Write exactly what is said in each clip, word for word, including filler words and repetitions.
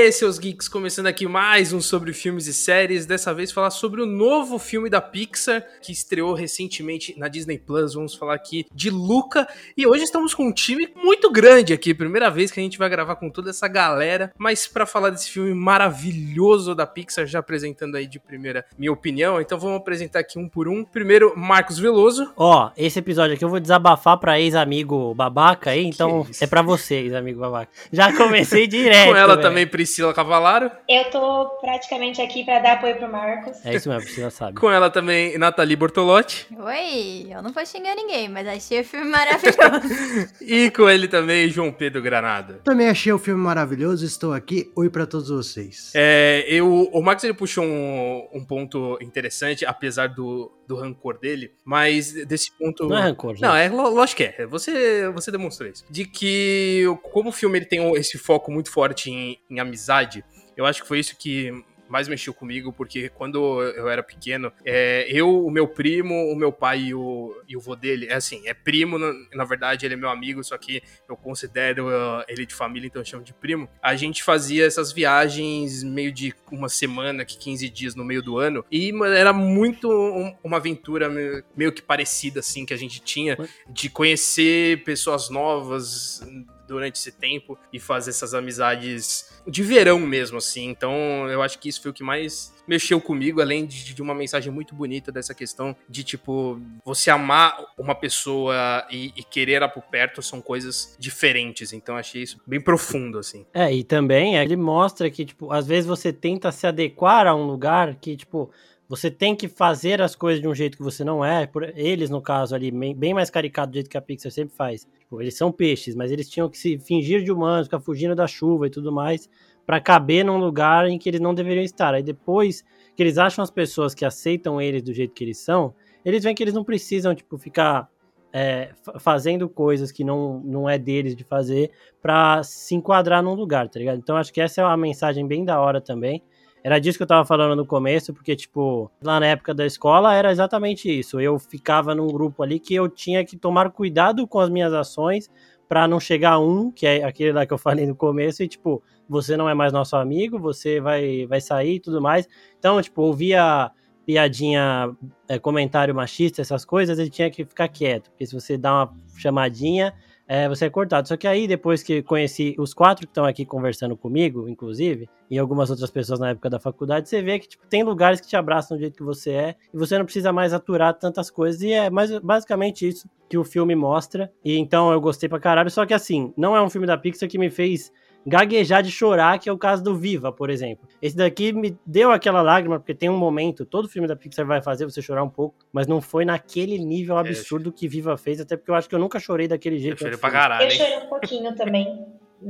Aê, seus geeks, começando aqui mais um sobre filmes e séries, dessa vez falar sobre o novo filme da Pixar, que estreou recentemente na Disney Plus. Vamos falar aqui de Luca, e hoje estamos com um time muito grande aqui, primeira vez que a gente vai gravar com toda essa galera, mas para falar desse filme maravilhoso da Pixar, já apresentando aí de primeira minha opinião, então vamos apresentar aqui um por um. Primeiro, Marcos Veloso. Ó, esse episódio aqui eu vou desabafar pra ex-amigo babaca aí, então é pra você, ex-amigo babaca. Já comecei direto. Com ela véio. também, Priscila Cavalaro. Eu tô praticamente aqui pra dar apoio pro Marcos. É isso mesmo, a Priscila sabe. Com ela também, Nathalie Bortolotti. Oi, eu não vou xingar ninguém, mas achei o filme maravilhoso. E com ele também, João Pedro Granada. Também achei o filme maravilhoso, estou aqui. Oi pra todos vocês. É, eu, o Marcos ele puxou um, um ponto interessante, apesar do, do rancor dele, mas desse ponto... Não é rancor, gente. Não, é, lógico que é. Você, você demonstrou isso. De que, como o filme ele tem esse foco muito forte em, em amizade, eu acho que foi isso que mais mexeu comigo, porque quando eu era pequeno, é, eu, o meu primo, o meu pai e o, e o vô dele, é assim, é primo, na, na verdade ele é meu amigo, só que eu considero uh, ele de família, então eu chamo de primo. A gente fazia essas viagens meio de uma semana, que quinze dias no meio do ano, e era muito um, uma aventura meio, meio que parecida, assim, que a gente tinha, de conhecer pessoas novas durante esse tempo e fazer essas amizades de verão mesmo, assim. Então, eu acho que isso foi o que mais mexeu comigo, além de, de uma mensagem muito bonita dessa questão de, tipo, você amar uma pessoa e, e querer ela por perto são coisas diferentes. Então, eu achei isso bem profundo, assim. É, e também ele mostra que, tipo, às vezes você tenta se adequar a um lugar que, tipo, você tem que fazer as coisas de um jeito que você não é. Por eles, no caso ali, bem mais caricato do jeito que a Pixar sempre faz. Tipo, eles são peixes, mas eles tinham que se fingir de humanos, ficar fugindo da chuva e tudo mais, pra caber num lugar em que eles não deveriam estar. Aí depois que eles acham as pessoas que aceitam eles do jeito que eles são, eles veem que eles não precisam, tipo, ficar é, fazendo coisas que não, não é deles de fazer pra se enquadrar num lugar, tá ligado? Então acho que essa é uma mensagem bem da hora também. Era disso que eu tava falando no começo, porque, tipo, lá na época da escola era exatamente isso. Eu ficava num grupo ali que eu tinha que tomar cuidado com as minhas ações pra não chegar um, que é aquele lá que eu falei no começo, e, tipo, você não é mais nosso amigo, você vai, vai sair e tudo mais. Então, tipo, ouvia piadinha, é, comentário machista, essas coisas, ele tinha que ficar quieto, porque se você dá uma chamadinha, é, você é cortado. Só que aí, depois que conheci os quatro que estão aqui conversando comigo, inclusive, e algumas outras pessoas na época da faculdade, você vê que, tipo, tem lugares que te abraçam do jeito que você é, e você não precisa mais aturar tantas coisas, e é mais, basicamente isso que o filme mostra. E então eu gostei pra caralho, só que assim, não é um filme da Pixar que me fez gaguejar de chorar, que é o caso do Viva, por exemplo. Esse daqui me deu aquela lágrima, porque tem um momento, todo filme da Pixar vai fazer você chorar um pouco, mas não foi naquele nível absurdo que Viva fez, até porque eu acho que eu nunca chorei daquele jeito. Eu chorei pra caralho. Eu chorei um pouquinho também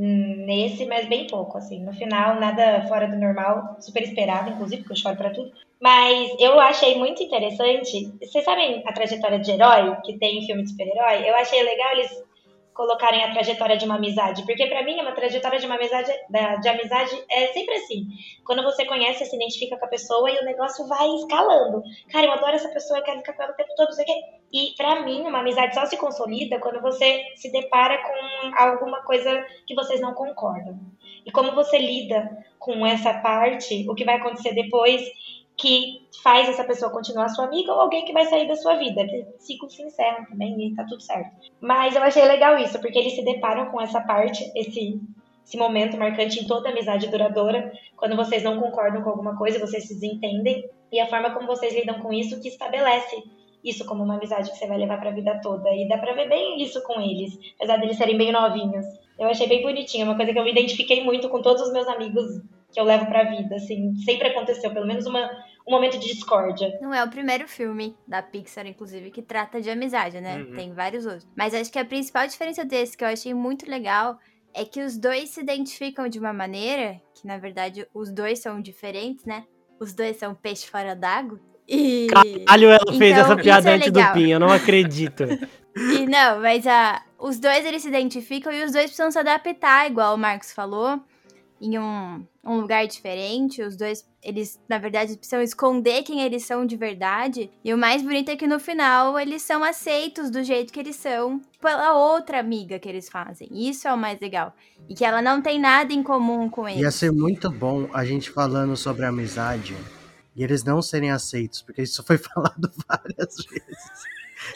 nesse, mas bem pouco, assim. No final, nada fora do normal, super esperado, inclusive, porque eu choro pra tudo. Mas eu achei muito interessante. Vocês sabem a trajetória de herói que tem em filme de super-herói? Eu achei legal eles colocarem a trajetória de uma amizade, porque pra mim uma trajetória de uma amizade, de amizade é sempre assim, quando você conhece, se identifica com a pessoa e o negócio vai escalando, cara, eu adoro essa pessoa, eu quero ficar com ela o tempo todo, não sei o quê. E pra mim uma amizade só se consolida quando você se depara com alguma coisa que vocês não concordam, e como você lida com essa parte, o que vai acontecer depois que faz essa pessoa continuar sua amiga ou alguém que vai sair da sua vida. Ciclos se encerram também e tá tudo certo. Mas eu achei legal isso, porque eles se deparam com essa parte, esse, esse momento marcante em toda amizade duradoura, quando vocês não concordam com alguma coisa, vocês se desentendem, e a forma como vocês lidam com isso que estabelece isso como uma amizade que você vai levar pra vida toda. E dá pra ver bem isso com eles, apesar deles serem bem novinhos. Eu achei bem bonitinho, uma coisa que eu me identifiquei muito com todos os meus amigos que eu levo pra vida, assim, sempre aconteceu, pelo menos uma, um momento de discórdia. Não é o primeiro filme da Pixar, inclusive, que trata de amizade, né? Uhum. Tem vários outros. Mas acho que a principal diferença desse, que eu achei muito legal, é que os dois se identificam de uma maneira, que na verdade os dois são diferentes, né? Os dois são peixe fora d'água. E... Caralho, ela fez então, essa piada é antes do Pinho, eu não acredito. E não, mas a, os dois eles se identificam e os dois precisam se adaptar, igual o Marcos falou. em um, um lugar diferente. Os dois, eles, na verdade, precisam esconder quem eles são de verdade. E o mais bonito é que no final eles são aceitos do jeito que eles são pela outra amiga que eles fazem. Isso é o mais legal. E que ela não tem nada em comum com eles. Ia ser muito bom a gente falando sobre amizade e eles não serem aceitos, porque isso foi falado várias vezes.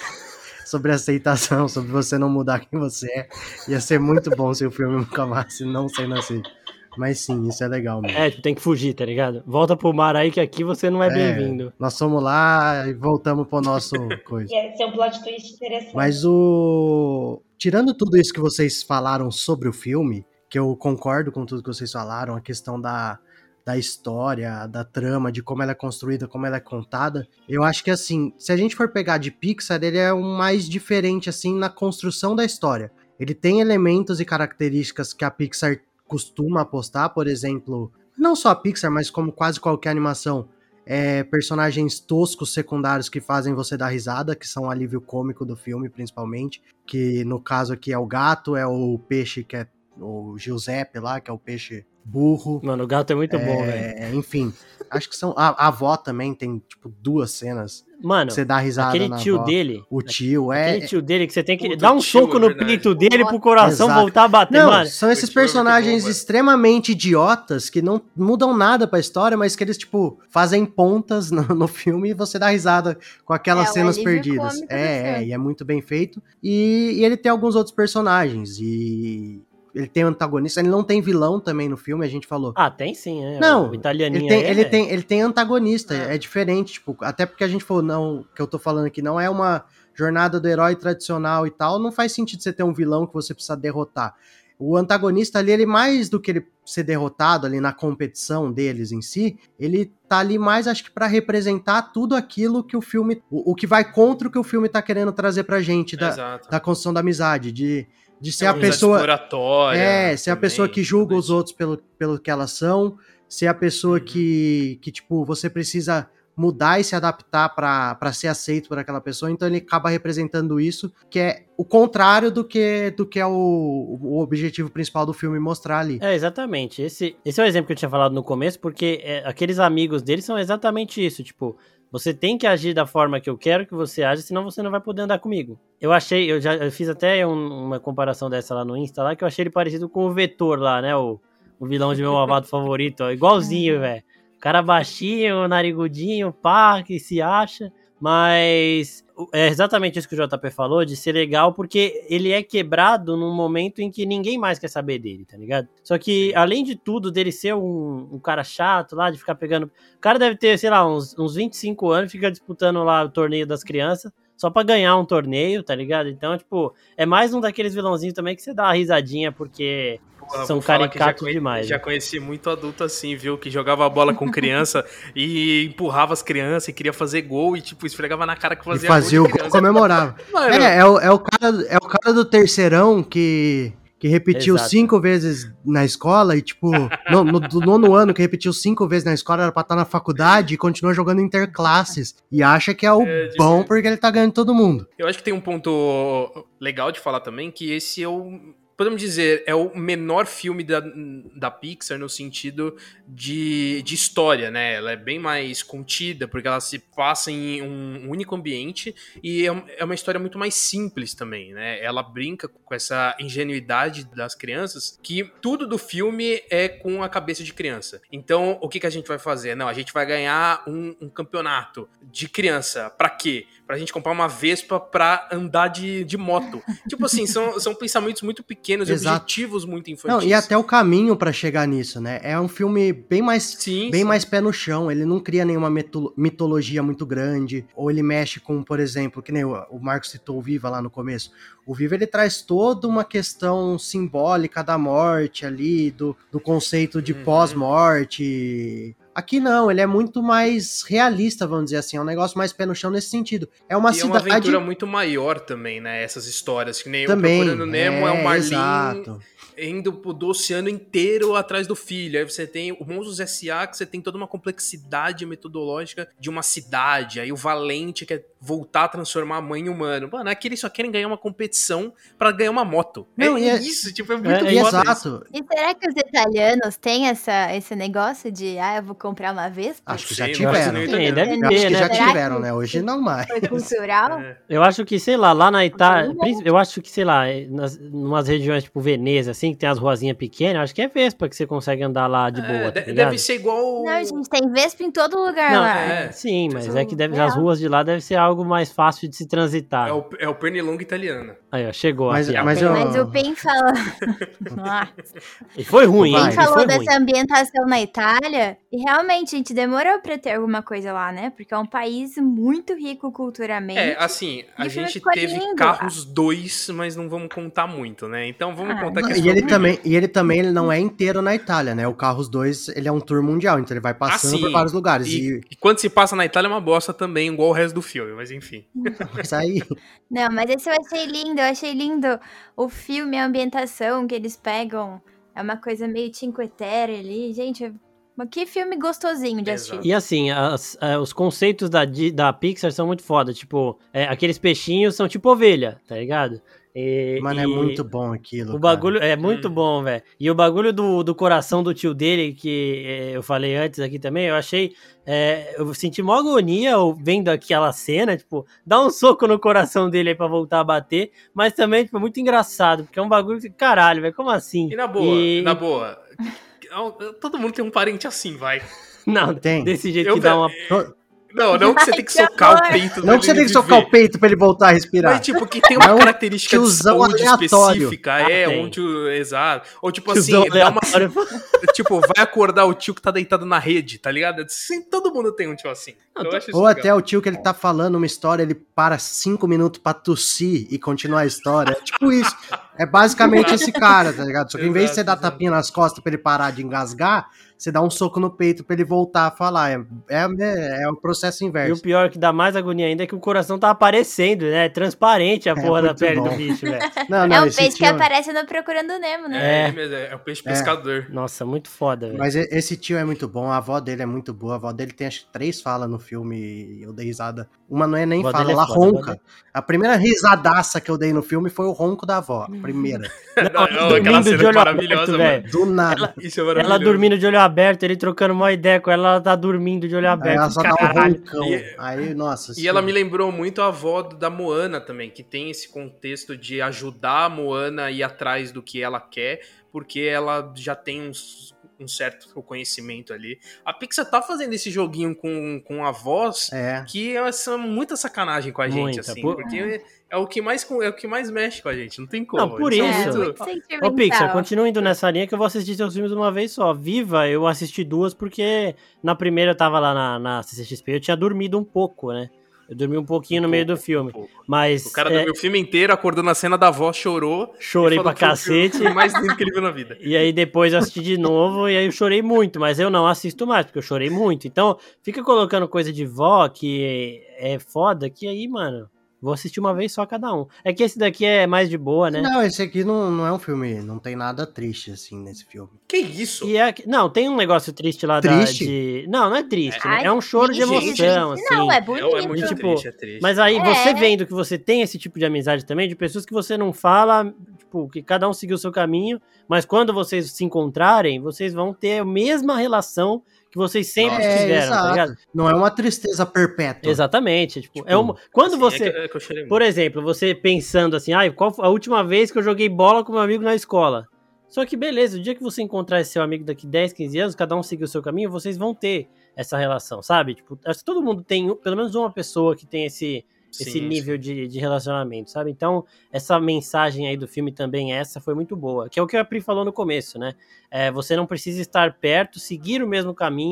Sobre aceitação, sobre você não mudar quem você é. Ia ser muito bom se o filme acabasse não sendo assim. Mas sim, isso é legal mesmo. É, tipo, tem que fugir, tá ligado? Volta pro mar aí que aqui você não é, é bem-vindo. Nós fomos lá e voltamos pro nosso coisa. Ia ser um plot twist interessante. Mas o... Tirando tudo isso que vocês falaram sobre o filme, que eu concordo com tudo que vocês falaram, a questão da... da história, da trama, de como ela é construída, como ela é contada. Eu acho que, assim, se a gente for pegar de Pixar, ele é o mais diferente, assim, na construção da história. Ele tem elementos e características que a Pixar costuma apostar, por exemplo, não só a Pixar, mas como quase qualquer animação, é, personagens toscos secundários que fazem você dar risada, que são o alívio cômico do filme, principalmente, que no caso aqui é o gato, é o peixe que é o Giuseppe lá, que é o peixe burro. Mano, o gato é muito é, bom, velho. Enfim, acho que são... A, a avó também tem, tipo, duas cenas. Mano, você dá risada aquele na tio avó. dele... O tio, é... Aquele tio dele que você tem que Puta, dar um tio, soco é no verdade. peito dele pro coração Exato. voltar a bater, Não, mano. são esses O tio é muito personagens bom, velho. extremamente idiotas que não mudam nada pra história, mas que eles, tipo, fazem pontas no, no filme e você dá risada com aquelas É, o cenas alívio perdidas. cômico do É, é, filme. e é muito bem feito. E, e ele tem alguns outros personagens, e... Ele tem antagonista, ele não tem vilão também no filme, a gente falou. Ah, tem sim, né? Não, o italianinho ele tem, aí, ele, é- tem, ele tem antagonista, É. é diferente, tipo, até porque a gente falou, não, que eu tô falando aqui, não é uma jornada do herói tradicional e tal, não faz sentido você ter um vilão que você precisa derrotar. O antagonista ali, ele mais do que ele ser derrotado ali na competição deles em si, ele tá ali mais, acho que pra representar tudo aquilo que o filme, o, o que vai contra o que o filme tá querendo trazer pra gente, da, Exato. da construção da amizade, de, de ser É a uma amizade pessoa... exploratória É, ser a também, pessoa que julga os tudo outros pelo, pelo que elas são, ser a pessoa Uhum. que, que, tipo, você precisa mudar e se adaptar pra pra ser aceito por aquela pessoa, então ele acaba representando isso, que é o contrário do que, do que é o, o objetivo principal do filme mostrar ali. É, exatamente. Esse, esse é o exemplo que eu tinha falado no começo, porque é, aqueles amigos dele são exatamente isso, tipo, você tem que agir da forma que eu quero que você age, senão você não vai poder andar comigo. Eu achei, eu já eu fiz até um- uma comparação dessa lá no Insta, lá, que eu achei ele parecido com o Vetor lá, né, o, o vilão de Meu Malvado Favorito, ó, igualzinho, velho. O cara baixinho, narigudinho, pá, que se acha, mas é exatamente isso que o J P falou, de ser legal, porque ele é quebrado num momento em que ninguém mais quer saber dele, tá ligado? Só que, além de tudo, dele ser um, um cara chato lá, de ficar pegando... O cara deve ter, sei lá, uns, uns vinte e cinco anos, fica disputando lá o torneio das crianças, só pra ganhar um torneio, tá ligado? Então, tipo, é mais um daqueles vilãozinhos também que você dá uma risadinha, porque... Porra, São vou falar que já caricatos conhe- demais, Já né? conheci muito adulto assim, viu? Que jogava a bola com criança e empurrava as crianças e queria fazer gol e, tipo, esfregava na cara que E fazia, fazia o gol de gol, criança. comemorava. Mano, É, é o, é, o cara, é o cara do terceirão que, que repetiu Exato. cinco vezes na escola e, tipo, no, no, do nono ano que repetiu cinco vezes na escola, era pra estar na faculdade e continua jogando interclasses. E acha que é o É, de bom ver. porque ele tá ganhando todo mundo. eu acho que tem um ponto legal de falar também, que esse é o... Podemos dizer, é o menor filme da, da Pixar no sentido de, de história, né? Ela é bem mais contida, porque ela se passa em um único ambiente e é, um- é uma história muito mais simples também, né? Ela brinca com essa ingenuidade das crianças, que tudo do filme é com a cabeça de criança. Então, o que, que a gente vai fazer? Não, a gente vai ganhar um, um campeonato de criança. Pra quê? Pra gente comprar uma Vespa pra andar de, de moto. Tipo assim, são, são pensamentos muito pequenos e Exato. objetivos muito infantis. Não, e até o caminho pra chegar nisso, né? É um filme bem mais Sim, bem sim. mais pé no chão, ele não cria nenhuma meto- mitologia muito grande, ou ele mexe com, por exemplo, que nem o, o Marcos citou o Viva lá no começo. O Viva, ele traz toda uma questão simbólica da morte ali, do, do conceito de Uhum. pós-morte, Aqui não, ele é muito mais realista, vamos dizer assim, é um negócio mais pé no chão nesse sentido. É uma e cidade... é uma aventura muito maior também, né, essas histórias, que nem também, o Procurando Nemo é, é o Marlin... Exato. Indo do oceano inteiro atrás do filho. Aí você tem o Monstros S A, que você tem toda uma complexidade metodológica de uma cidade. Aí o Valente quer voltar a transformar a mãe em humano. Mano, é que eles só querem ganhar uma competição pra ganhar uma moto. Não, é, é isso, tipo, é muito é, foda exato. E será que os italianos têm essa, esse negócio de, ah, eu vou comprar uma vez? Acho que já Sim, tiveram. não, Tem, deve Eu ter, acho que né? já Será tiveram, que né? Hoje não mais. Foi cultural? É. Eu acho que, sei lá, lá na Itália, eu acho que, sei lá, nas umas regiões tipo Veneza, assim, que tem as ruazinhas pequenas, acho que é Vespa que você consegue andar lá de boa, É, tá de- ligado? deve ser igual... Não, gente, tem Vespa em todo lugar Não, lá. é. Sim, mas Tipo, é que deve, real. as ruas de lá deve ser algo mais fácil de se transitar. É o, é o pernilongo italiano. Aí, ó, chegou Mas- a piada. mas eu- Mas o Pen falou. Nossa. E foi ruim, Vai. hein? Pen E falou foi dessa ruim. ambientação na Itália. E realmente, a gente demorou pra ter alguma coisa lá, né? Porque é um país muito rico culturalmente. É, assim, a E o filme gente ficou teve lindo carros dois, mas não vamos contar muito, né? Então vamos Ah, contar não. que esse E foi ele o também, e ele também ele não é inteiro na Itália, né? O Carros dois, ele é um tour mundial, então ele vai passando Ah, sim. por vários lugares. E, E, e quando se passa na Itália é uma bosta também, igual o resto do filme, mas enfim. mas aí, Não, mas esse eu achei lindo, eu achei lindo o filme, a ambientação que eles pegam. É uma coisa meio Cinque Terre ali. Gente, mas que filme gostosinho de assistir. Exato. E assim, as- é, os conceitos da, Di- da Pixar são muito foda. Tipo, é, aqueles peixinhos são tipo ovelha, tá ligado? E- mano, é e muito bom aquilo. O bagulho é muito Hum. bom, velho. E o bagulho do, do coração do tio dele, que é, eu falei antes aqui também, eu achei. é, eu senti uma agonia vendo aquela cena, tipo, dá um soco no coração dele aí pra voltar a bater, mas também, tipo, muito engraçado, porque é um bagulho que, caralho, velho, como assim? E na boa, E- na boa. Todo mundo tem um parente assim, vai. Não, Tem. desse jeito Eu que dá ve- uma. Não, não que você Ai, tem que que socar horror. o peito Não que você tem que socar o peito pra ele voltar a respirar. Mas, tipo, que tem uma É um característica de tiozão saúde aleatório. específica. Ah, é, tem. um tio. Exato. Ou, tipo Tiozão assim, dá uma. aleatório. Tipo, vai acordar o tio que tá deitado na rede, tá ligado? Sim, todo mundo tem um tio assim. Não, Eu tô- acho isso Ou legal. até o tio que ele tá falando uma história, ele para cinco minutos pra tossir e continuar a história. É tipo isso. É basicamente esse cara, tá ligado? Só que em vez de você dar Exato, exato. tapinha nas costas pra ele parar de engasgar, você dá um soco no peito pra ele voltar a falar. É, é, é o processo E o inverso. pior que dá mais agonia ainda é que o coração tá aparecendo, né? É transparente a É porra da muito pele bom. do bicho, velho. Não, É não, o esse peixe que tio, aparece no Procurando Nemo, né? É, É. ele mesmo, é o peixe pescador. Nossa, muito foda, velho. mas e- esse tio é muito bom, a avó dele é muito boa, a avó dele tem acho que três falas no filme e eu dei risada. Uma não é nem A avó fala, dele é ela foda, a avó ronca. dele- A primeira risadaça que eu dei no filme foi o ronco da avó, a primeira. Não, ele não, dormindo aquela de cena é olho maravilhosa, aberto, mano. velho. Do nada. Isso é maravilhoso. Ela dormindo de olho aberto, ele trocando uma ideia com ela, ela tá dormindo de olho Aí aberto. ela só dá um Caralho. roncão. E- Aí, nossa. E ela me lembrou muito a avó da Moana também, que tem esse contexto de ajudar a Moana a ir atrás do que ela quer, porque ela já tem uns- um certo conhecimento ali. A Pixar tá fazendo esse joguinho com, com a voz, É. que é essa- muita sacanagem com a gente, Muita, assim, por- porque é o, que mais, é o que mais mexe com a gente, não tem como. Não, por Eles são isso. É, muito- muito sentimental. Ô, Pixar, continua indo nessa linha que eu vou assistir seus filmes uma vez só. Viva, eu assisti duas porque na primeira eu tava lá na, na C C X P, eu tinha dormido um pouco, né? Eu dormi um pouquinho no meio do filme. Um pouco. Mas O cara é, dormiu o filme inteiro, acordou na cena da voz, chorou. chorei e falou pra que foi o filme cacete. mais lindo que ele viu na vida. E aí depois eu assisti de novo e aí eu chorei muito, mas eu não assisto mais, porque eu chorei muito. Então, fica colocando coisa de vó que é foda, que aí, mano, vou assistir uma vez só cada um. É que esse daqui é mais de boa, né? Não, esse aqui não, não é um filme, não tem nada triste assim nesse filme. Que isso? E é, não, tem um negócio triste lá Triste? da, de... Não, não é triste, né? Ai, É um choro de triste. emoção, assim. Não, é É, bonito. é muito Tipo, triste, é triste. Mas aí, É. você vendo que você tem esse tipo de amizade também, de pessoas que você não fala, tipo, que cada um seguiu o seu caminho, mas quando vocês se encontrarem, vocês vão ter a mesma relação que vocês sempre É, tiveram, tá exato. ligado? Não é uma tristeza perpétua. Exatamente. Tipo, Tipo, é uma... Quando Assim, você... é que, é que eu chorei muito. Por exemplo, você pensando assim, ah, qual foi a última vez que eu joguei bola com meu amigo na escola? Só que beleza, o dia que você encontrar esse seu amigo daqui dez, quinze anos, cada um seguir o seu caminho, vocês vão ter essa relação, sabe? Tipo, acho que todo mundo tem pelo menos uma pessoa que tem esse, esse Sim, nível de, de relacionamento, sabe? Então, essa mensagem aí do filme também, essa foi muito boa. Que é o que a Pri falou no começo, né? É, você não precisa estar perto, seguir o mesmo caminho,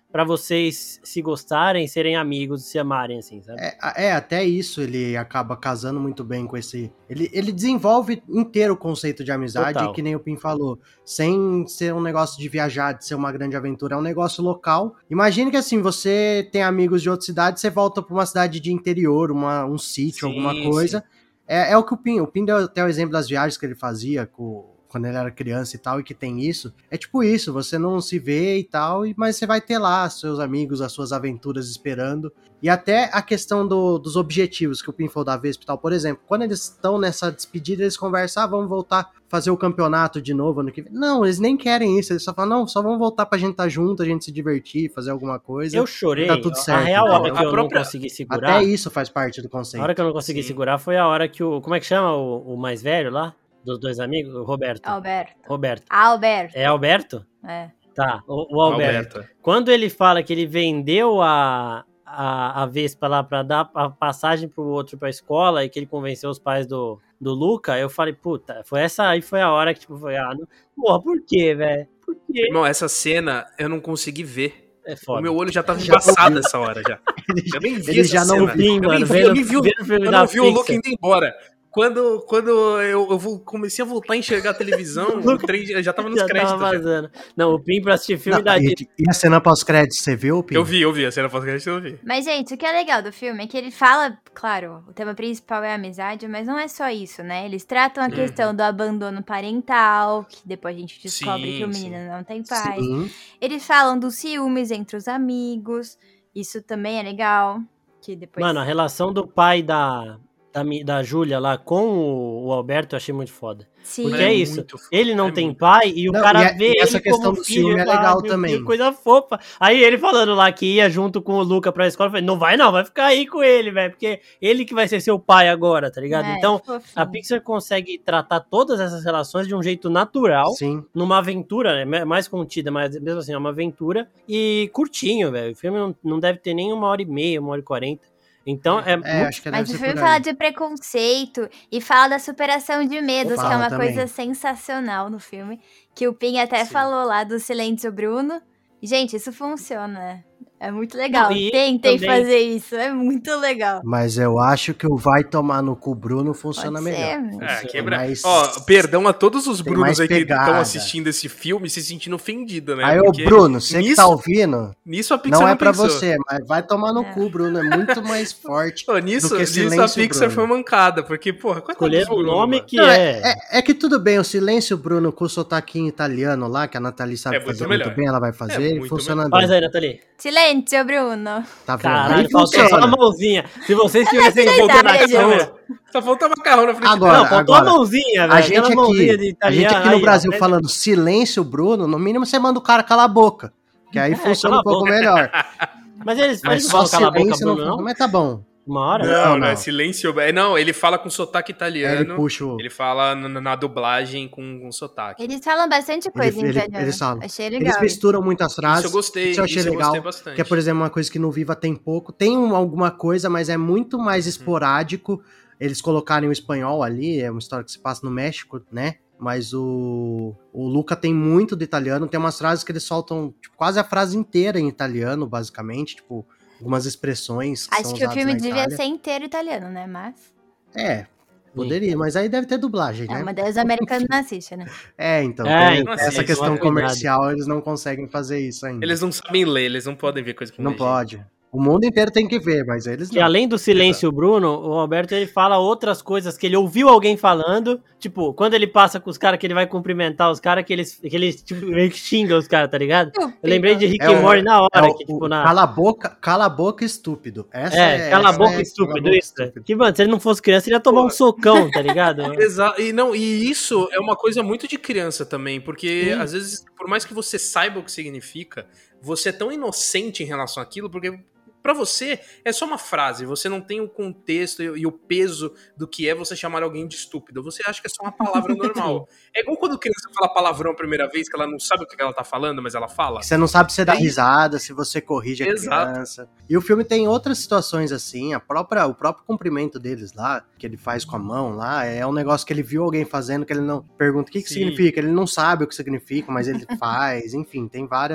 pra vocês se gostarem, serem amigos, se amarem, assim, sabe? É, é, até isso ele acaba casando muito bem com esse... Ele, ele desenvolve inteiro o conceito de amizade, Total. que nem o Pim falou, sem ser um negócio de viajar, de ser uma grande aventura, é um negócio local. Imagine que assim, você tem amigos de outra cidade, você volta pra uma cidade de interior, uma, um sítio, Sim, alguma coisa. É, é o que o Pim, o Pim deu até o exemplo das viagens que ele fazia com... quando ele era criança e tal, e que tem isso, é tipo isso, você não se vê e tal, mas você vai ter lá seus amigos, as suas aventuras esperando, e até a questão do, dos objetivos que o Pim falou da Vespa e tal, por exemplo, quando eles estão nessa despedida, eles conversam, ah, vamos voltar fazer o campeonato de novo ano que vem. Não, eles nem querem isso, eles só falam, não, só vamos voltar pra gente estar junto, a gente se divertir, fazer alguma coisa. Eu chorei, tá tudo certo, a real hora entendeu? que eu A própria- não consegui segurar, Até isso faz parte do a conceito. hora que eu não consegui Sim. segurar foi a hora que o, como é que chama o, o mais velho lá, dos dois amigos? O Roberto. Alberto. Roberto. Alberto. É Alberto? É. Tá, o, o Alberto. Alberto. Quando ele fala que ele vendeu a, a, a Vespa lá pra dar a passagem pro outro pra escola e que ele convenceu os pais do, do Luca, eu falei, puta, foi essa aí foi a hora que, tipo, foi, ah, não, porra, por quê, velho? Por quê? Irmão, essa cena eu não consegui ver. É O foda. meu olho já tava Já embaçado ouviu. essa hora já. Eu nem vi Ele essa já não cena. viu, eu nem mano, vi, vendo- eu nem vi o, vendo o filme eu da não vi o Pixar. Luke indo embora. Quando, quando eu, eu vou- comecei a voltar a enxergar a televisão, o trem já já tava nos Já créditos. tava já. vazando. Não, o Pim pra assistir filme Não, da e, Disney. e a cena pós-créditos, você viu, Pim? Eu vi, eu vi. A cena pós-crédito eu vi. Mas, gente, o que é legal do filme é que ele fala, claro, o tema principal é a amizade, mas não é só isso, né? Eles tratam a Uhum. questão do abandono parental, que depois a gente descobre Sim, que o sim. menino não tem pai. Sim. Eles falam dos ciúmes entre os amigos, isso também é legal. Que depois... Mano, a relação do pai da, da, mi- da Júlia lá com o, o Alberto eu achei muito foda. Sim. Porque É é isso. muito foda, Ele não é tem muito. pai e o Não, cara e a- vê e essa ele como questão do filho, ciúme é fala, legal "Ah, meu também." Deus, coisa fofa. Aí ele falando lá que ia junto com o Luca pra escola, eu falei, não vai não, vai ficar aí com ele, velho, porque ele que vai ser seu pai agora, tá ligado? É, Então, fofinho. a Pixar consegue tratar todas essas relações de um jeito natural, Sim. numa aventura, né, mais contida, mas mesmo assim, é uma aventura, e curtinho, velho. O filme não, não deve ter nem uma hora e meia, uma hora e quarenta. Então, é, É, muito acho que Mas deve o ser filme por fala aí. de preconceito e fala da superação de medos, que é Fala uma também. coisa sensacional no filme. Que o Pim até Sim. falou lá do Silêncio Bruno. Gente, isso funciona. É muito legal. Não, e Tentem também- fazer isso, é muito legal. Mas eu acho que o Vai Tomar no Cu Bruno funciona Pode melhor. ser. É, Sim, quebra. mas- Ó, perdão a todos os Tem Brunos mais aí que estão pegada. assistindo esse filme se sentindo ofendidos, né? Aí, ô Porque Bruno, você que nisso, tá ouvindo, nisso a Pixar não é pra pensou. você, mas vai tomar no Não. cu, Bruno. É muito mais forte. Pô, nisso, do que nisso a Silêncio Pixar Bruno. foi mancada, porque, porra, coitado escolher dos o Bruno, nome mano. que Não, é. é, é que tudo bem, o Silêncio Bruno com o sotaquinho italiano lá, que a Nathalie sabe É muito fazer melhor. muito bem, ela vai fazer, É muito funciona Faz bem. aí, Nathalie. Silêncio, Bruno. Tá vendo? Caralho, Aí faltou só funciona. a mãozinha. Se vocês tivessem Tá voltado na verdade, câmera. Só falta- Só falta macarrão na frente Agora, Não, faltou agora, a mãozinha, velho. A gente, Aquela mãozinha de aqui, a gente italiano. aqui no aí, ó, Brasil né? falando silêncio, Bruno, no mínimo você manda o cara calar a boca. Que aí É, funciona um cala a pouco boca. melhor. Mas eles, Mas eles só não falam cala a boca, silêncio não Bruno, funciona. não? Mas tá bom. Uma hora? Não, Não, não, é não. silêncio. é, Não, ele fala com sotaque Aí italiano. ele puxa o... Ele fala na, na dublagem com, com sotaque. Eles falam bastante coisa Ele- em ele- italiano. eles falam. Achei legal. Eles misturam muitas frases. Isso eu gostei, Isso eu achei isso eu legal. gostei bastante. Que é, por exemplo, uma coisa que no Viva tem pouco. Tem um- alguma coisa, mas é muito mais Uhum. esporádico. Eles colocarem o espanhol ali, é uma história que se passa no México, né? Mas o, o Luca tem muito de italiano. Tem umas frases que eles soltam tipo, quase a frase inteira em italiano, basicamente. Tipo, algumas expressões que Acho são que o usadas filme na devia Itália. ser inteiro italiano, né? Mas É, poderia. Mas aí deve ter dublagem, é né? uma das americanas não assiste, né? É, então. É, tem então, essa assim, questão toma cuidado. comercial, eles não conseguem fazer isso ainda. Eles não sabem ler, eles não podem ver coisa com Não legenda. pode. O mundo inteiro tem que ver, mas eles Que não. além do silêncio, Bruno, o Alberto ele fala outras coisas que ele ouviu alguém falando. Tipo, quando ele passa com os caras que ele vai cumprimentar os caras, que eles, que eles tipo, meio que xingam os caras, tá ligado? Eu lembrei de Rick É e o- Morty na É hora, o- que o tipo, na. Cala a boca, cala a boca estúpido. Essa É, é, cala a essa boca, é estúpido, cala a boca isso. estúpido. Que, mano, se ele não fosse criança, ele ia tomar um socão, tá ligado? Exato. E, não, e isso é uma coisa muito de criança também, porque Sim. às vezes, por mais que você saiba o que significa, você é tão inocente em relação àquilo, porque pra você é só uma frase, você não tem o contexto e, e o peso do que é você chamar alguém de estúpido. Você acha que é só uma palavra normal. É igual quando a criança fala palavrão a primeira vez, que ela não sabe o que ela tá falando, mas ela fala. Você não sabe se você dá Tem- risada, se você corrige a Exato. criança. E o filme tem outras situações assim, a própria, o próprio cumprimento deles lá, que ele faz com a mão lá, é um negócio que ele viu alguém fazendo, que ele não pergunta o que, que Sim. significa, ele não sabe o que significa, mas ele faz, enfim, tem várias,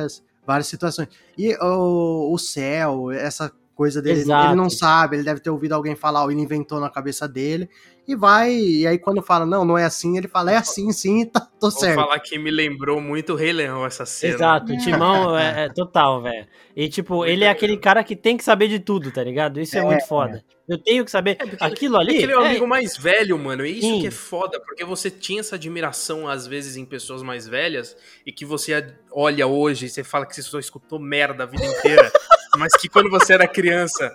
várias situações. E o, o céu, essa coisa dele, Exato. ele não sabe, ele deve ter ouvido alguém falar, ou ele inventou na cabeça dele, e vai, e aí quando fala, não, não é assim, ele fala, é assim, sim, tá, tô Vou certo. falar que me lembrou muito o Rei Leão essa cena. Exato, o Timão é, é total, velho. E, tipo, Muito ele é legal. aquele cara que tem que saber de tudo, tá ligado? Isso é, É, muito foda. Eu tenho que saber. É, porque Aquilo ali. É que ele é o é- amigo mais velho, mano. E isso Sim. que é foda, porque você tinha essa admiração, às vezes, em pessoas mais velhas, e que você olha hoje e você fala que você só escutou merda a vida inteira, mas que quando você era criança,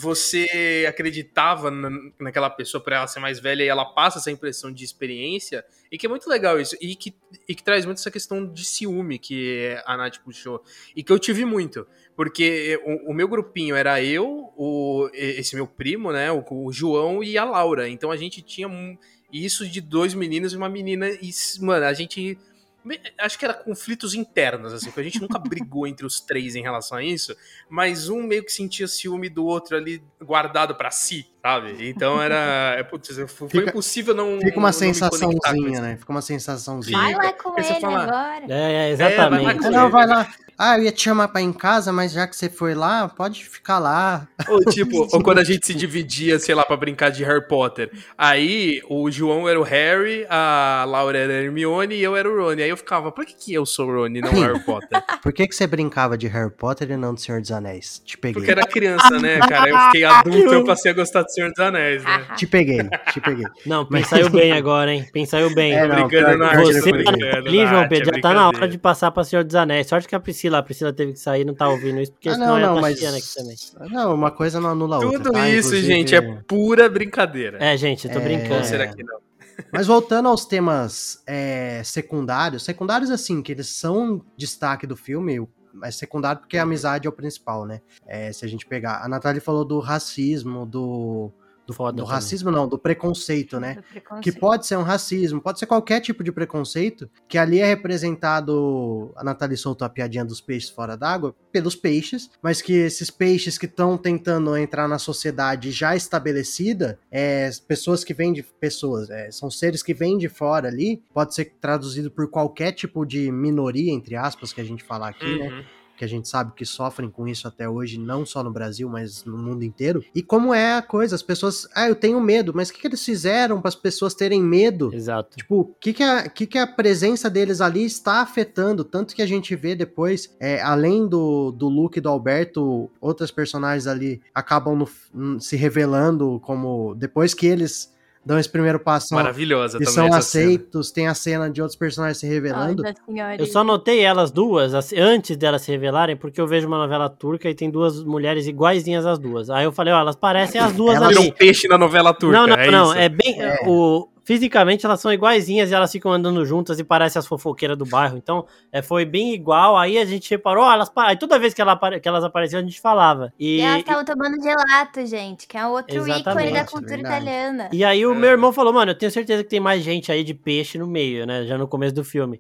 você acreditava na, naquela pessoa pra ela ser mais velha e ela passa essa impressão de experiência, e que é muito legal isso, e que, e que traz muito essa questão de ciúme que a Nath puxou, e que eu tive muito. Porque o, o meu grupinho era eu, o, esse meu primo, né? O, o João e a Laura. Então a gente tinha um, isso de dois meninos e uma menina. E, mano, a gente. Acho que era conflitos internos, assim, porque a gente nunca brigou entre os três em relação a isso, mas um meio que sentia ciúme do outro ali guardado pra si, sabe? Então era. É, putz, foi Fica- impossível não. Fica uma não me conectar com sensaçãozinha, isso. né? Fica uma sensaçãozinha. Vai Fica. lá com Aí você ele fala, agora. É, é, É, vai lá exatamente. com Não, ele. vai lá. Ah, eu ia te chamar pra ir em casa, mas já que você foi lá, pode ficar lá. Ou tipo, ou quando a gente se dividia, sei lá, pra brincar de Harry Potter. Aí o João era o Harry, a Laura era a Hermione e eu era o Rony. Aí eu ficava, por que, que eu sou o Rony e não o Harry Potter? Por que, que você brincava de Harry Potter e não do Senhor dos Anéis? Te peguei. Porque era criança, né, cara? Eu fiquei adulto e eu passei a gostar do Senhor dos Anéis, né? Te peguei, te peguei. Não, pensaiu bem agora, hein? Pensaiu bem. É, Tô não, brincando pior na que arte, Você tô tá brincando ali, na João arte, Pedro, é já tá na hora brincadeira. de passar pra Senhor dos Anéis. Sorte que a Priscila, a Priscila teve que sair, não tá ouvindo isso, porque Ah, senão não, ela não, tá mas... chiando aqui também. Não, uma coisa não anula a outra, Tudo tá? isso, Inclusive- gente, é pura brincadeira. É, gente, eu tô É, brincando. Ou será que não? Mas voltando aos temas é, secundários, secundários assim, que eles são destaque do filme, mas secundário porque a amizade é o principal, né? É, se a gente pegar... A Natália falou do racismo, do... Do, Foda do também. racismo não, do preconceito, né? Do preconceito. Que pode ser um racismo, pode ser qualquer tipo de preconceito, que ali é representado, a Nathalie soltou a piadinha dos peixes fora d'água, pelos peixes, mas que esses peixes que estão tentando entrar na sociedade já estabelecida, é, pessoas que vêm de, pessoas, é, são seres que vêm de fora ali, pode ser traduzido por qualquer tipo de minoria, entre aspas, que a gente falar aqui, né? Uhum. Que a gente sabe que sofrem com isso até hoje, não só no Brasil, mas no mundo inteiro. E como é a coisa, as pessoas, ah, eu tenho medo, mas o que, que eles fizeram para as pessoas terem medo? Exato. Tipo, o que, que, a, que, que a presença deles ali está afetando? Tanto que a gente vê depois, é, além do, do Luke e do Alberto, outros personagens ali acabam no, se revelando como, depois que eles dão esse primeiro passo, Maravilhosa e também são essa aceitos, tem a cena de outros personagens se revelando. Nossa senhora. Eu só notei elas duas, assim, antes delas se revelarem, porque eu vejo uma novela turca e tem duas mulheres iguaizinhas as duas. Aí eu falei, ó, elas parecem as duas Elas ali. Viram peixe na novela turca, Não, não, é não, isso? é bem... O, fisicamente elas são iguaizinhas e elas ficam andando juntas e parecem as fofoqueiras do bairro. Então, é, foi bem igual. Aí a gente reparou, ó, elas, aí toda vez que, ela, que elas apareciam, a gente falava. E, E elas estavam tomando gelato, gente, que é outro ícone Exatamente, da é cultura verdade. italiana. E aí o É. meu irmão falou, mano, eu tenho certeza que tem mais gente aí de peixe no meio, né? Já no começo do filme.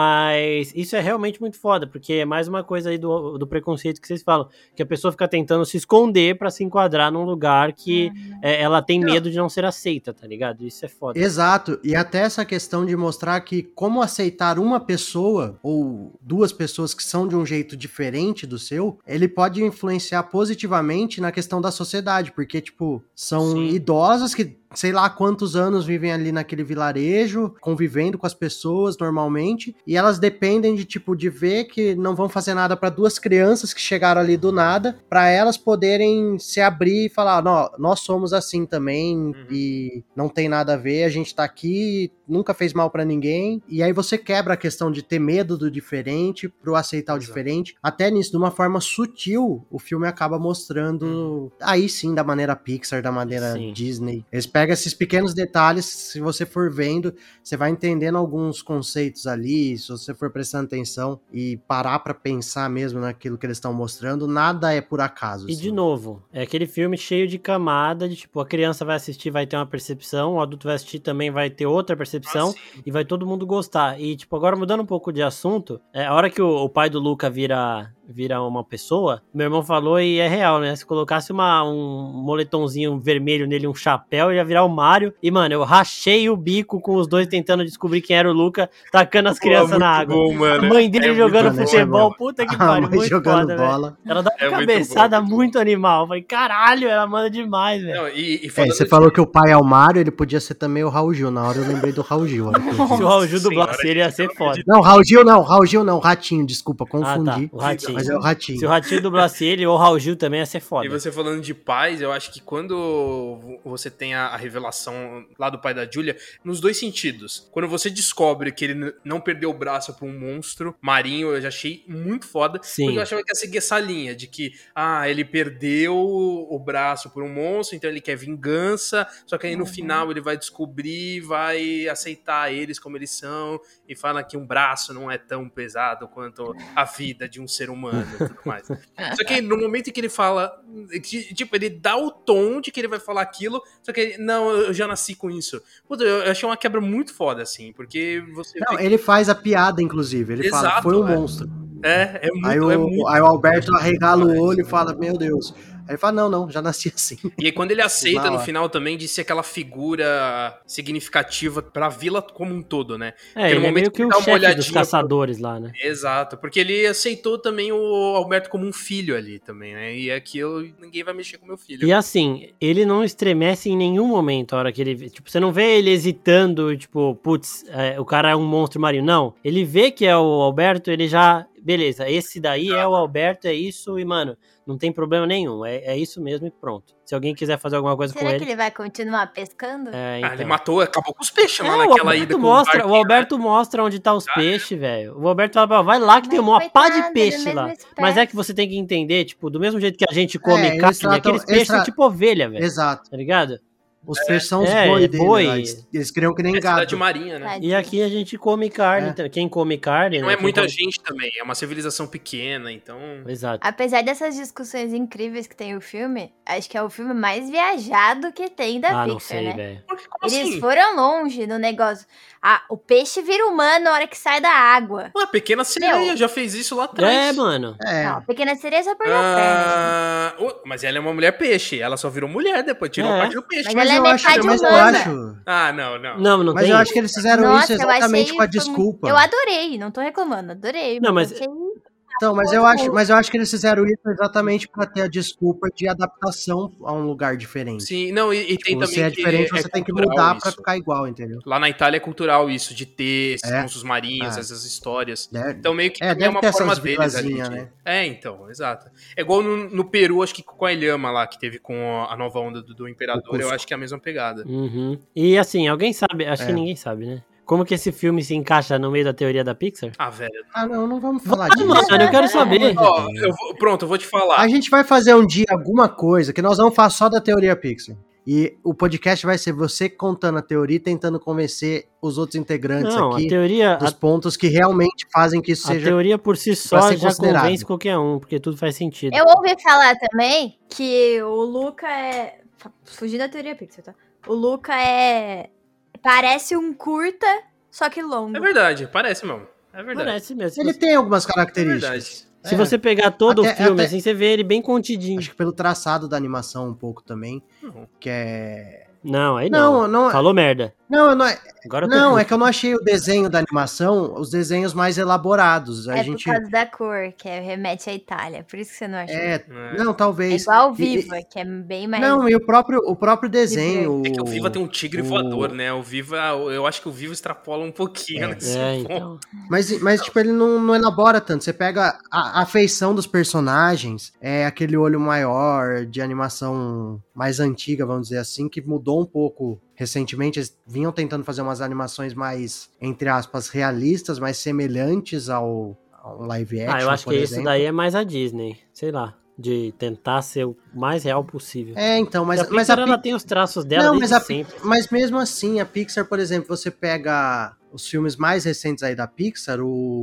Mas isso é realmente muito foda, porque é mais uma coisa aí do, do preconceito que vocês falam. Que a pessoa fica tentando se esconder pra se enquadrar num lugar que é, ela tem medo de não ser aceita, tá ligado? Isso é foda. Exato, e até essa questão de mostrar que como aceitar uma pessoa ou duas pessoas que são de um jeito diferente do seu, ele pode influenciar positivamente na questão da sociedade, porque, tipo, são Sim. idosos que sei lá quantos anos vivem ali naquele vilarejo, convivendo com as pessoas normalmente, e elas dependem de, tipo, de ver que não vão fazer nada para duas crianças que chegaram ali do nada, para elas poderem se abrir e falar, não, nós somos assim também, Uhum. e não tem nada a ver, a gente tá aqui, nunca fez mal para ninguém, e aí você quebra a questão de ter medo do diferente pro aceitar o Exato. diferente, até nisso, de uma forma sutil, o filme acaba mostrando, Uhum. aí sim, da maneira Pixar, da maneira Sim. Disney, eles pega esses pequenos detalhes, se você for vendo, você vai entendendo alguns conceitos ali, se você for prestando atenção e parar pra pensar mesmo naquilo que eles estão mostrando, nada é por acaso. E assim. de novo, é aquele filme cheio de camada, de tipo, a criança vai assistir, vai ter uma percepção, o adulto vai assistir também vai ter outra percepção, Ah, sim. e vai todo mundo gostar. E tipo, agora mudando um pouco de assunto, é, a hora que o, o pai do Luca vira, vira uma pessoa, meu irmão falou e é real, né? Se colocasse uma, um moletomzinho vermelho nele, um chapéu, ele ia virar o Mario. E, mano, eu rachei o bico com os dois tentando descobrir quem era o Luca, tacando as crianças na água. Bom, mano. A mãe dele é jogando muito futebol, bom. puta que A pariu, mãe muito jogando foda, bola. velho. Ela dá uma É muito cabeçada bom, muito muito animal. Eu falei, caralho, ela manda demais, velho. Não, e, e É, falando você de- falou que o pai é o Mario, ele podia ser também o Raul Gil. Na hora eu lembrei do Raul Gil. olha que eu vi. Se o Raul Gil Senhora, dublasse ele, ia gente, ser pelo amor foda. de Não, Raul Gil não, Raul Gil não, Ratinho, desculpa, Ah, tá, confundi. o Ratinho. Mas é o Ratinho. Se o Ratinho dublasse ele, ou o Raul Gil também ia ser foda. E você falando de pais, eu acho que quando você tem a, a revelação lá do pai da Julia, nos dois sentidos. Quando você descobre que ele n- não perdeu o braço pra um monstro marinho, eu já achei muito foda. Sim. Porque eu achava que ia seguir essa linha de que, ah, ele perdeu o braço por um monstro, então ele quer vingança, só que aí no Uhum. final ele vai descobrir, vai aceitar eles como eles são, e fala que um braço não é tão pesado quanto a vida de um ser humano e tudo mais. Só que no momento em que ele fala, que, tipo, ele dá o tom de que ele vai falar aquilo, só que ele, não, eu já nasci com isso. Puta, eu achei uma quebra muito foda, assim, porque você... Não, vê- ele faz a piada, inclusive. Ele fala, Exato, foi um é. monstro. É, é muito, Aí o, é muito... aí o Alberto arregala o olho e fala, meu Deus. Aí ele fala, não, não, já nasci assim. E aí quando ele aceita Na no hora. final também de ser aquela figura significativa pra vila como um todo, né? É, Porque no ele é momento meio que que ele o dá uma chefe dos olhadinha caçadores lá, né? Exato, porque ele aceitou também o Alberto como um filho ali também, né? E aquilo, ninguém vai mexer com meu filho. E assim, ele não estremece em nenhum momento a hora que ele vê. Tipo, você não vê ele hesitando, tipo, putz, é, o cara é um monstro marinho. Não, ele vê que é o Alberto, ele já... Beleza, esse daí é o Alberto, é isso, e, mano, não tem problema nenhum. É, é isso mesmo e pronto. Se alguém quiser fazer alguma coisa Será com que ele... ele vai continuar pescando? É, Ah, então. ele matou, acabou com os peixes É, lá o naquela Alberto ida com mostra, o o Alberto mostra onde tá os peixes, velho. O Alberto fala, "Pô, vai lá que tem uma Mas pá coitado, de peixe ele é lá. mesmo Mas é espécie. que você tem que entender, tipo, do mesmo jeito que a gente come É, eles carne, tratam- aqueles eles peixes tra- são tipo ovelha, velho. Exato. Tá ligado? Os peixes são os É, boi é dele. boi. lá. Eles, eles criam que nem É cidade gado. marinha, né? Tadinho. E aqui a gente come carne, É. tá? Quem come carne, Não né? é Quem muita come- gente também, é uma civilização pequena, então... Exato. Apesar dessas discussões incríveis que tem o filme, acho que é o filme mais viajado que tem da Ah, Pixar, não sei, né? velho. Por que, como Eles assim? foram longe no negócio. Ah, o peixe vira humano na hora que sai da água. Uma pequena sereia Meu. já fez isso lá atrás. É, mano. É. Não, a pequena sereia só perdeu a perna. Ah, oh, mas ela é uma mulher peixe, ela só virou mulher depois, tirou É. a parte do peixe. Mas Mas ela é eu acho, metade mas eu humana. acho, Ah, não, não. Não, não mas tem eu isso. acho que eles fizeram Nossa, isso eu exatamente achei com a foi muito- desculpa. Eu adorei, não tô reclamando, adorei. Não, mas- achei- Então, mas eu acho, mas eu acho que eles fizeram isso exatamente pra ter a desculpa de adaptação a um lugar diferente. Sim, não, e, e tem Tipo, também se é que diferente, é você tem que cultural mudar isso. pra ficar igual, entendeu? Lá na Itália é cultural isso, de ter esses É. monstros marinhos, Ah. essas histórias. Deve- Então meio que É, também é deve uma ter forma essas deles ali. vilazinhas, de- né? É, então, exato. É igual no, no Peru, acho que com a Ilhama lá, que teve com a nova onda do, do Imperador, eu Cusco. acho que é a mesma pegada. Uhum. E assim, alguém sabe, acho que É. ninguém sabe, né? Como que esse filme se encaixa no meio da teoria da Pixar? Ah, velho. Ah, não, não vamos falar Ah, disso. mano, eu quero saber. Ó, eu vou- pronto, eu vou te falar. A gente vai fazer um dia alguma coisa que nós vamos falar só da teoria Pixar. E o podcast vai ser você contando a teoria e tentando convencer os outros integrantes Não, a aqui teoria, dos a, pontos que realmente fazem que isso a seja... teoria por si só ser já considerado. convence qualquer um, porque tudo faz sentido. Eu ouvi falar também que o Luca é. Fugindo da teoria Pixar, tá? O Luca é. Parece um curta, só que longo. É verdade, parece mesmo. É verdade. Parece mesmo. Se Ele você, tem algumas É características. verdade. se É. você pegar todo Até- o filme, até- assim, você vê ele bem contidinho. Acho que pelo traçado da animação um pouco também, Não. que é... Não, aí não. Não, não, Falou merda. não, eu não, é- Agora eu tô não, puto. é que eu não achei o desenho da animação, os desenhos mais elaborados. A É gente... por causa da cor, que é, remete à Itália. Por isso que você não achou. É, É, não, talvez. igual o E- Viva, que é bem mais. Não, e o próprio, o próprio desenho. É que o Viva tem um tigre o- voador, né? O Viva, eu acho que o Viva extrapola um pouquinho É. nesse É, ponto. então. Mas, mas tipo, ele não, não elabora tanto. Você pega a, a feição dos personagens, é aquele olho maior, de animação mais antiga, vamos dizer assim, que mudou um pouco recentemente. Eles vinham tentando fazer umas animações mais, entre aspas, realistas, mais semelhantes ao, ao live action. Ah, eu acho por que isso exemplo. daí é mais a Disney. Sei lá. De tentar ser o mais real possível. É, então, mas, a Pixar, mas a ela Pi- tem os traços dela Não, desde mas, a Pi- sempre. mas mesmo assim, a Pixar, por exemplo, você pega os filmes mais recentes aí da Pixar,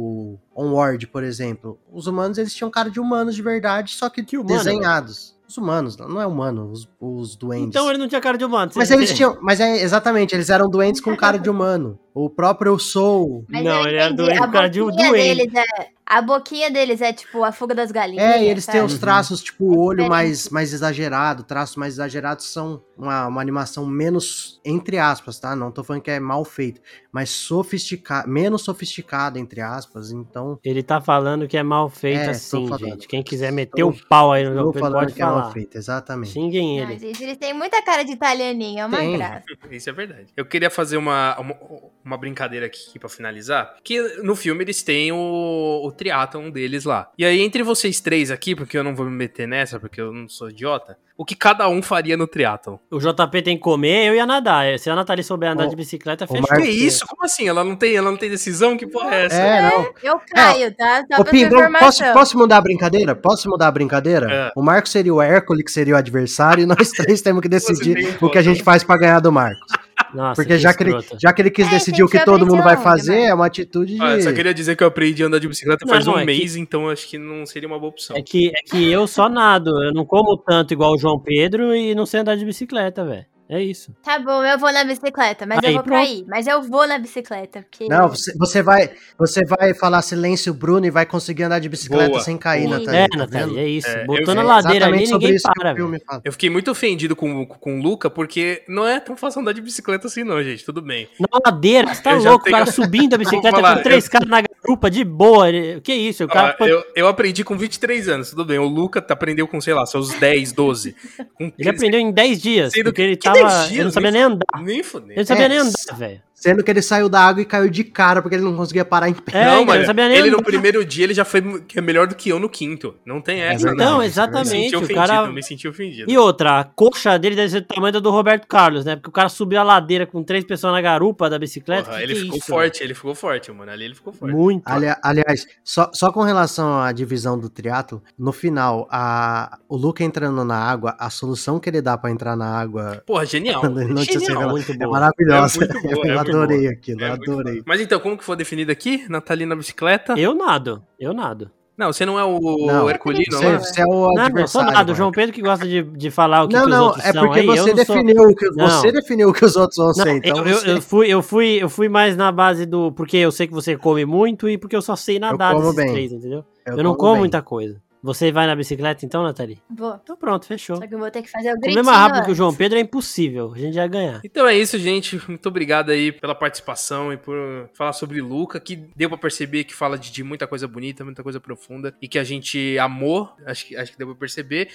o Onward, por exemplo, os humanos, eles tinham cara de humanos de verdade, só que, Que humano, desenhados. Os humanos, não não é humano, os, os duendes. Então ele não tinha cara de humano. Mas você- eles tinham, mas é exatamente, eles eram doentes com cara de humano. O próprio Soul, Mas Não, eu ele era entendi, doente a por causa de um boquinha doente. deles é- A boquinha deles é tipo a fuga das galinhas. É, e eles sabe? têm os traços, tipo, o olho Diferente. mais, mais exagerado. Traços mais exagerados são uma, uma animação menos, entre aspas, tá? Não tô falando que é mal feito, mas sofisticada, menos sofisticada, entre aspas, então... Ele tá falando que é mal feito É, tô assim, falando. gente. Quem quiser meter Tô- o pau aí no Tô João Pedro falando pode que é mal falar. feito, exatamente. Xinguem Não, ele. gente, eles têm muita cara de italianinho, é uma Tem. graça. Isso é verdade. Eu queria fazer uma, uma, uma brincadeira aqui pra finalizar. Que no filme eles têm o, o triatlon deles lá. E aí, entre vocês três aqui, porque eu não vou me meter nessa, porque eu não sou idiota, o que cada um faria no triatlon? O J P tem que comer, eu ia nadar. Se a Nathalie souber andar O- de bicicleta, o fechou. Marcos- Que isso? Como assim? Ela não tem, ela não tem decisão? Que porra é essa? É, não. Eu caio, tá? Só Ô, pra Pim, sua vamos- posso, informação. posso mudar a brincadeira? Posso mudar a brincadeira? É. O Marcos seria o Hércules, que seria o adversário, e nós três temos que Você decidir tem um o que ponto. a gente faz pra ganhar do Marcos. Nossa, Porque já que, ele, escroto. já que ele quis É, decidir o gente, que eu todo mundo aprendi vai onde, fazer, mano? é uma atitude de... Ah, eu só queria dizer que eu aprendi a andar de bicicleta Não, faz não, um é mês, que- então acho que não seria uma boa opção. É que, é que eu só nado. Eu não como tanto igual o João Pedro e não sei andar de bicicleta, velho. É isso. Tá bom, eu vou na bicicleta, mas Aí, eu vou pra pronto. aí. Mas eu vou na bicicleta, porque... Não, você, você, vai, você vai falar silêncio, Bruno, e vai conseguir andar de bicicleta Boa, sem cair, boa. Nathalie. É, tá Nathalie, vendo? é isso. É, Botou eu na vi ladeira ali, Exatamente sobre ninguém isso que para, o velho. filme fala. Eu fiquei muito ofendido com, com o Luca, porque não é tão fácil andar de bicicleta assim, não, gente. Tudo bem. Na ladeira, você tá Eu já louco, tenho- o cara subindo a bicicleta Vou falar, com três eu- caras na garupa, de boa. ele- Que isso, o cara Ó, foi- eu, eu aprendi com vinte e três anos, tudo bem. O Luca aprendeu com, sei lá, seus dez, doze. Com ele aprendeu em dez dias, Sendo porque ele que tava... dez dias, ele não sabia nem andar. Nem Ele fudeu. não sabia É, nem andar, s- velho. Sendo que ele saiu da água e caiu de cara, porque ele não conseguia parar em pé. É, não, ele mano, não sabia nem ele no andar. primeiro dia ele já foi que é melhor do que eu no quinto. Não tem essa. verdade, Então, é Me exatamente, senti o ofendido, cara... me senti ofendido. E outra, a coxa dele deve ser do tamanho da do Roberto Carlos, né? Porque o cara subiu a ladeira com três pessoas na garupa da bicicleta. Porra, que ele que é ficou isso, forte, ele ficou forte, mano. Ali ele ficou velho? forte. Muito. Ali- aliás, só, só com relação à divisão do triatlo, no final, a, o Luca entrando na água, a solução que ele dá pra entrar na água Porra, genial. quando ele não tinha Genial. sido- muito é boa. maravilhosa. É muito boa, eu é muito adorei boa. aquilo, É eu muito adorei. foda. Mas então, como que foi definido aqui? Nathalie na bicicleta? Eu nado, eu nado. Não, você não é o Não, Herculino Você, lá? você é o Não, não, sou adversário. nada. O João Marcos. Pedro que gosta de, de falar o que, Não, que os não, outros é são porque aí. eu você não sou- definiu o que Não. você definiu o que os outros vão Não, ser. Então eu, eu, você- eu fui, eu, fui, eu fui mais na base do... Porque eu sei que você come muito e porque eu só sei nadar como desses bem. três, entendeu? Eu, não como bem. muita coisa. Você vai na bicicleta então, Nathalie? Vou. Então pronto, fechou. Só que eu vou ter que fazer o Comer gritinho mais rápido que o antes. João Pedro é impossível. A gente vai ganhar. Então é isso, gente. Muito obrigado aí pela participação e por falar sobre Luca, que deu pra perceber que fala de, de muita coisa bonita, muita coisa profunda e que a gente amou, acho que, acho que deu pra perceber.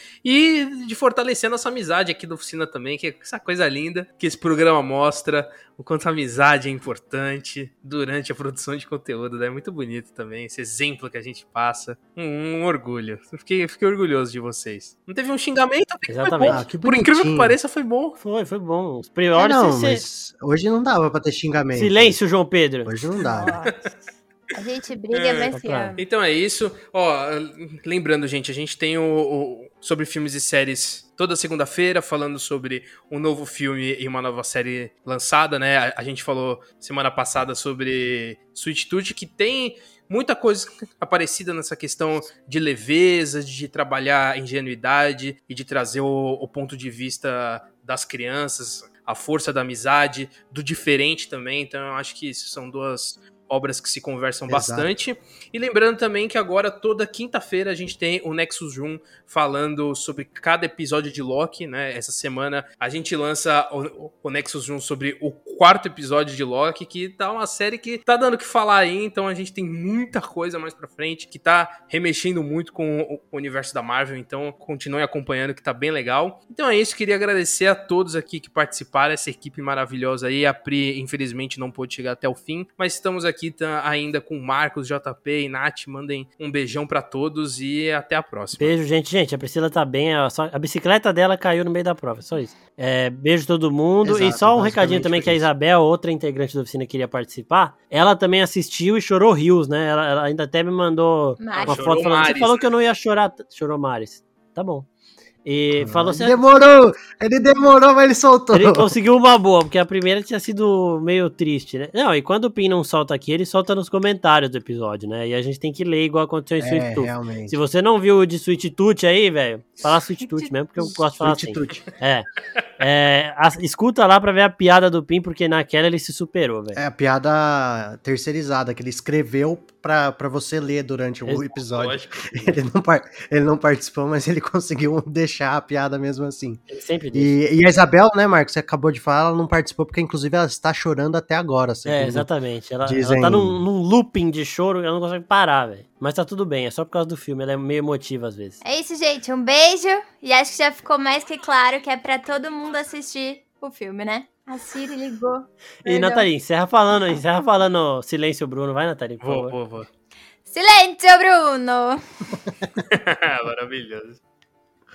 E de fortalecer a nossa amizade aqui da oficina também, que é essa coisa linda que esse programa mostra, o quanto a amizade é importante durante a produção de conteúdo, né? É muito bonito também, esse exemplo que a gente passa. Um, um orgulho. Eu Fiquei, fiquei orgulhoso de vocês. Não teve um xingamento, até que foi Exatamente. bom. Ah, que Por incrível que bonitinho. pareça, foi bom. Foi, foi bom. Os É, priores... não, você- mas hoje não dava pra ter xingamento. Silêncio, João Pedro. Hoje não dava. Nossa. A gente briga, É, mas se tá. ama. Então é isso. Ó, lembrando, gente, a gente tem o, o- sobre filmes e séries toda segunda-feira, falando sobre um novo filme e uma nova série lançada, né? A, a gente falou semana passada sobre Sweet Tooth, que tem muita coisa parecida nessa questão de leveza, de trabalhar ingenuidade e de trazer o, o ponto de vista das crianças, a força da amizade, do diferente também. Então eu acho que isso são duas obras que se conversam Exato. bastante. E lembrando também que agora, toda quinta-feira, a gente tem o Nexus Room falando sobre cada episódio de Loki, né? Essa semana a gente lança o, o Nexus Room sobre o quarto episódio de Loki, que tá uma série que tá dando o que falar aí, então a gente tem muita coisa mais pra frente, que tá remexendo muito com o universo da Marvel, então continuem acompanhando, que tá bem legal. Então é isso, queria agradecer a todos aqui que participaram, essa equipe maravilhosa aí. A Pri, infelizmente, não pôde chegar até o fim, mas estamos aqui tá, ainda com Marcos, J P e Nath. Mandem um beijão pra todos e até a próxima. Beijo, gente. Gente, a Priscila tá bem. ela só- a bicicleta dela caiu no meio da prova, só isso. É, beijo todo mundo. Exato, e só um basicamente recadinho também foi que a isso. Isabel, outra integrante da oficina, queria participar. Ela também assistiu e chorou rios, né? Ela, ela ainda até me mandou Mari. uma Chorou foto falando: mares, você falou né? que eu não ia chorar. t- Chorou Mares. Tá bom. E falou assim: Ele demorou! Ele demorou, mas ele soltou. ele conseguiu uma boa, porque a primeira tinha sido meio triste, né? Não, e quando o Pin não solta aqui, ele solta nos comentários do episódio, né? E a gente tem que ler igual aconteceu em É, Sweet Tooth. realmente. Se você não viu o de Sweet Tooth aí, velho, fala Sweet Tooth mesmo, porque eu gosto de falar Sweet assim. Tooth. É. É, a, escuta lá pra ver a piada do Pim, porque naquela ele se superou, velho. É a piada terceirizada que ele escreveu pra, pra você ler durante o Exato, episódio. Lógico. Ele não, par- ele não participou, mas ele conseguiu deixar a piada mesmo assim. Ele sempre deixa. E, e a Isabel, né, Marcos, você acabou de falar, ela não participou porque, inclusive, ela está chorando até agora. É, segundo exatamente. Ela, dizem- ela tá num, num looping de choro, ela não consegue parar, velho. Mas tá tudo bem, é só por causa do filme, ela é meio emotiva às vezes. É isso, gente. Um beijo. E acho que já ficou mais que claro que é pra todo mundo assistir o filme, né? A Siri ligou. E, Perdão. Nathalie, encerra falando, encerra falando Silêncio Bruno. Vai, Nathalie, por Vou, favor. vou, vou. Silêncio, Bruno! Maravilhoso.